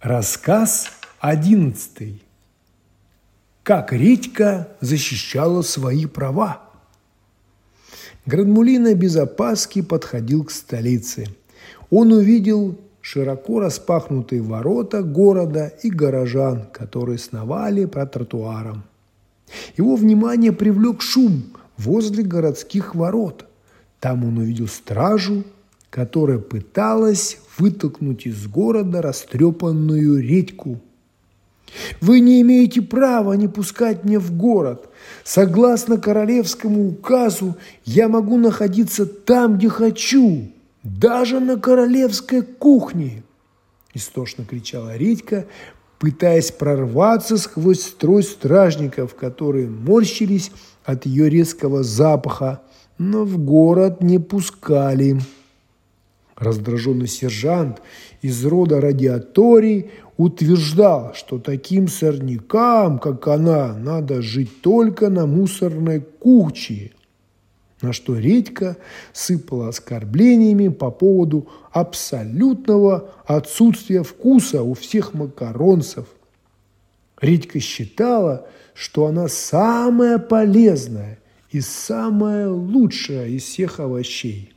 Рассказ 11. Как редька защищала свои права. Гранмулина без опаски подходил к столице. Он увидел широко распахнутые ворота города и горожан, которые сновали по тротуарам. Его внимание привлек шум возле городских ворот. Там он увидел стражу, которая пыталась вытолкнуть из города растрепанную редьку. «Вы не имеете права не пускать меня в город. Согласно королевскому указу, я могу находиться там, где хочу, даже на королевской кухне!» Истошно кричала редька, пытаясь прорваться сквозь строй стражников, которые морщились от ее резкого запаха, но в город не пускали. Раздраженный сержант из рода радиаторий утверждал, что таким сорнякам, как она, надо жить только на мусорной куче, на что редька сыпала оскорблениями по поводу абсолютного отсутствия вкуса у всех макаронцев. Редька считала, что она самая полезная и самая лучшая из всех овощей.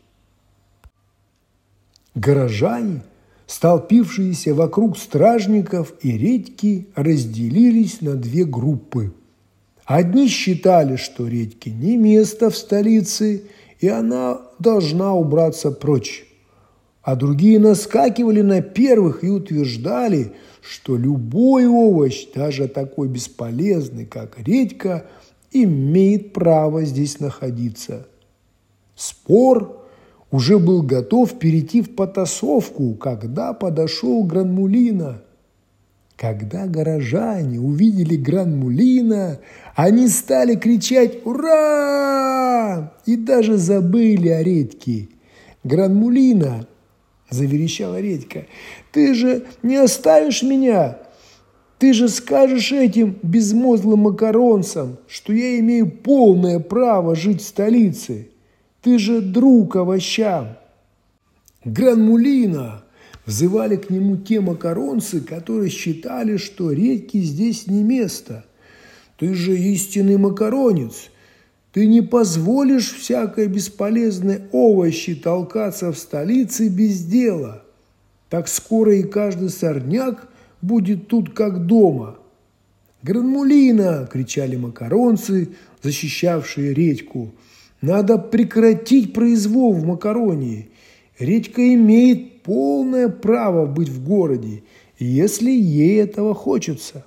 Горожане, столпившиеся вокруг стражников и редьки, разделились на две группы. Одни считали, что редьке не место в столице, и она должна убраться прочь. А другие наскакивали на первых и утверждали, что любой овощ, даже такой бесполезный, как редька, имеет право здесь находиться. Спор уже был готов перейти в потасовку, когда подошел Гранмулина. Когда горожане увидели Гранмулина, они стали кричать «Ура!» и даже забыли о редьке. «Гранмулина!» – заверещала редька. «Ты же не оставишь меня! Ты же скажешь этим безмозглым макаронцам, что я имею полное право жить в столице! Ты же друг овощам!» «Гранмулина!» – взывали к нему те макаронцы, которые считали, что редьке здесь не место. «Ты же истинный макаронец! Ты не позволишь всякой бесполезной овощи толкаться в столице без дела. Так скоро и каждый сорняк будет тут как дома!» «Гранмулина!» – кричали макаронцы, защищавшие редьку. «Надо прекратить произвол в макаронии. Редька имеет полное право быть в городе, если ей этого хочется».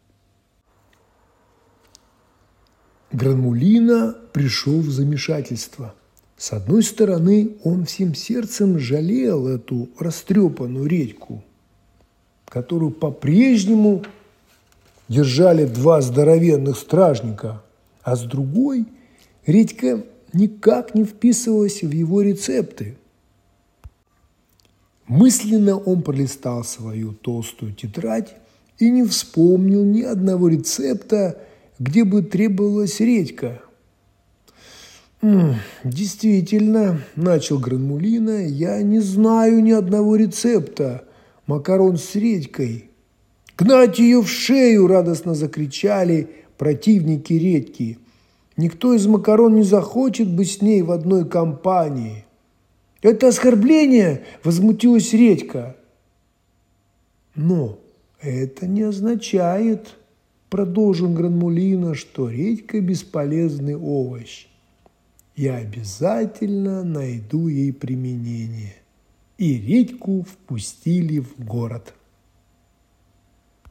Гранмулина пришел в замешательство. С одной стороны, он всем сердцем жалел эту растрепанную редьку, которую по-прежнему держали два здоровенных стражника, а с другой редька никак не вписывалась в его рецепты. Мысленно он пролистал свою толстую тетрадь и не вспомнил ни одного рецепта, где бы требовалась редька. «Действительно, – начал Гранмулина, – я не знаю ни одного рецепта макарон с редькой». «Гнать ее в шею!» – радостно закричали противники редьки. «Никто из макарон не захочет быть с ней в одной компании». «Это оскорбление!» – возмутилась редька. «Но это не означает, – продолжил Гранмулина, – что редька – бесполезный овощ. Я обязательно найду ей применение». И редьку впустили в город.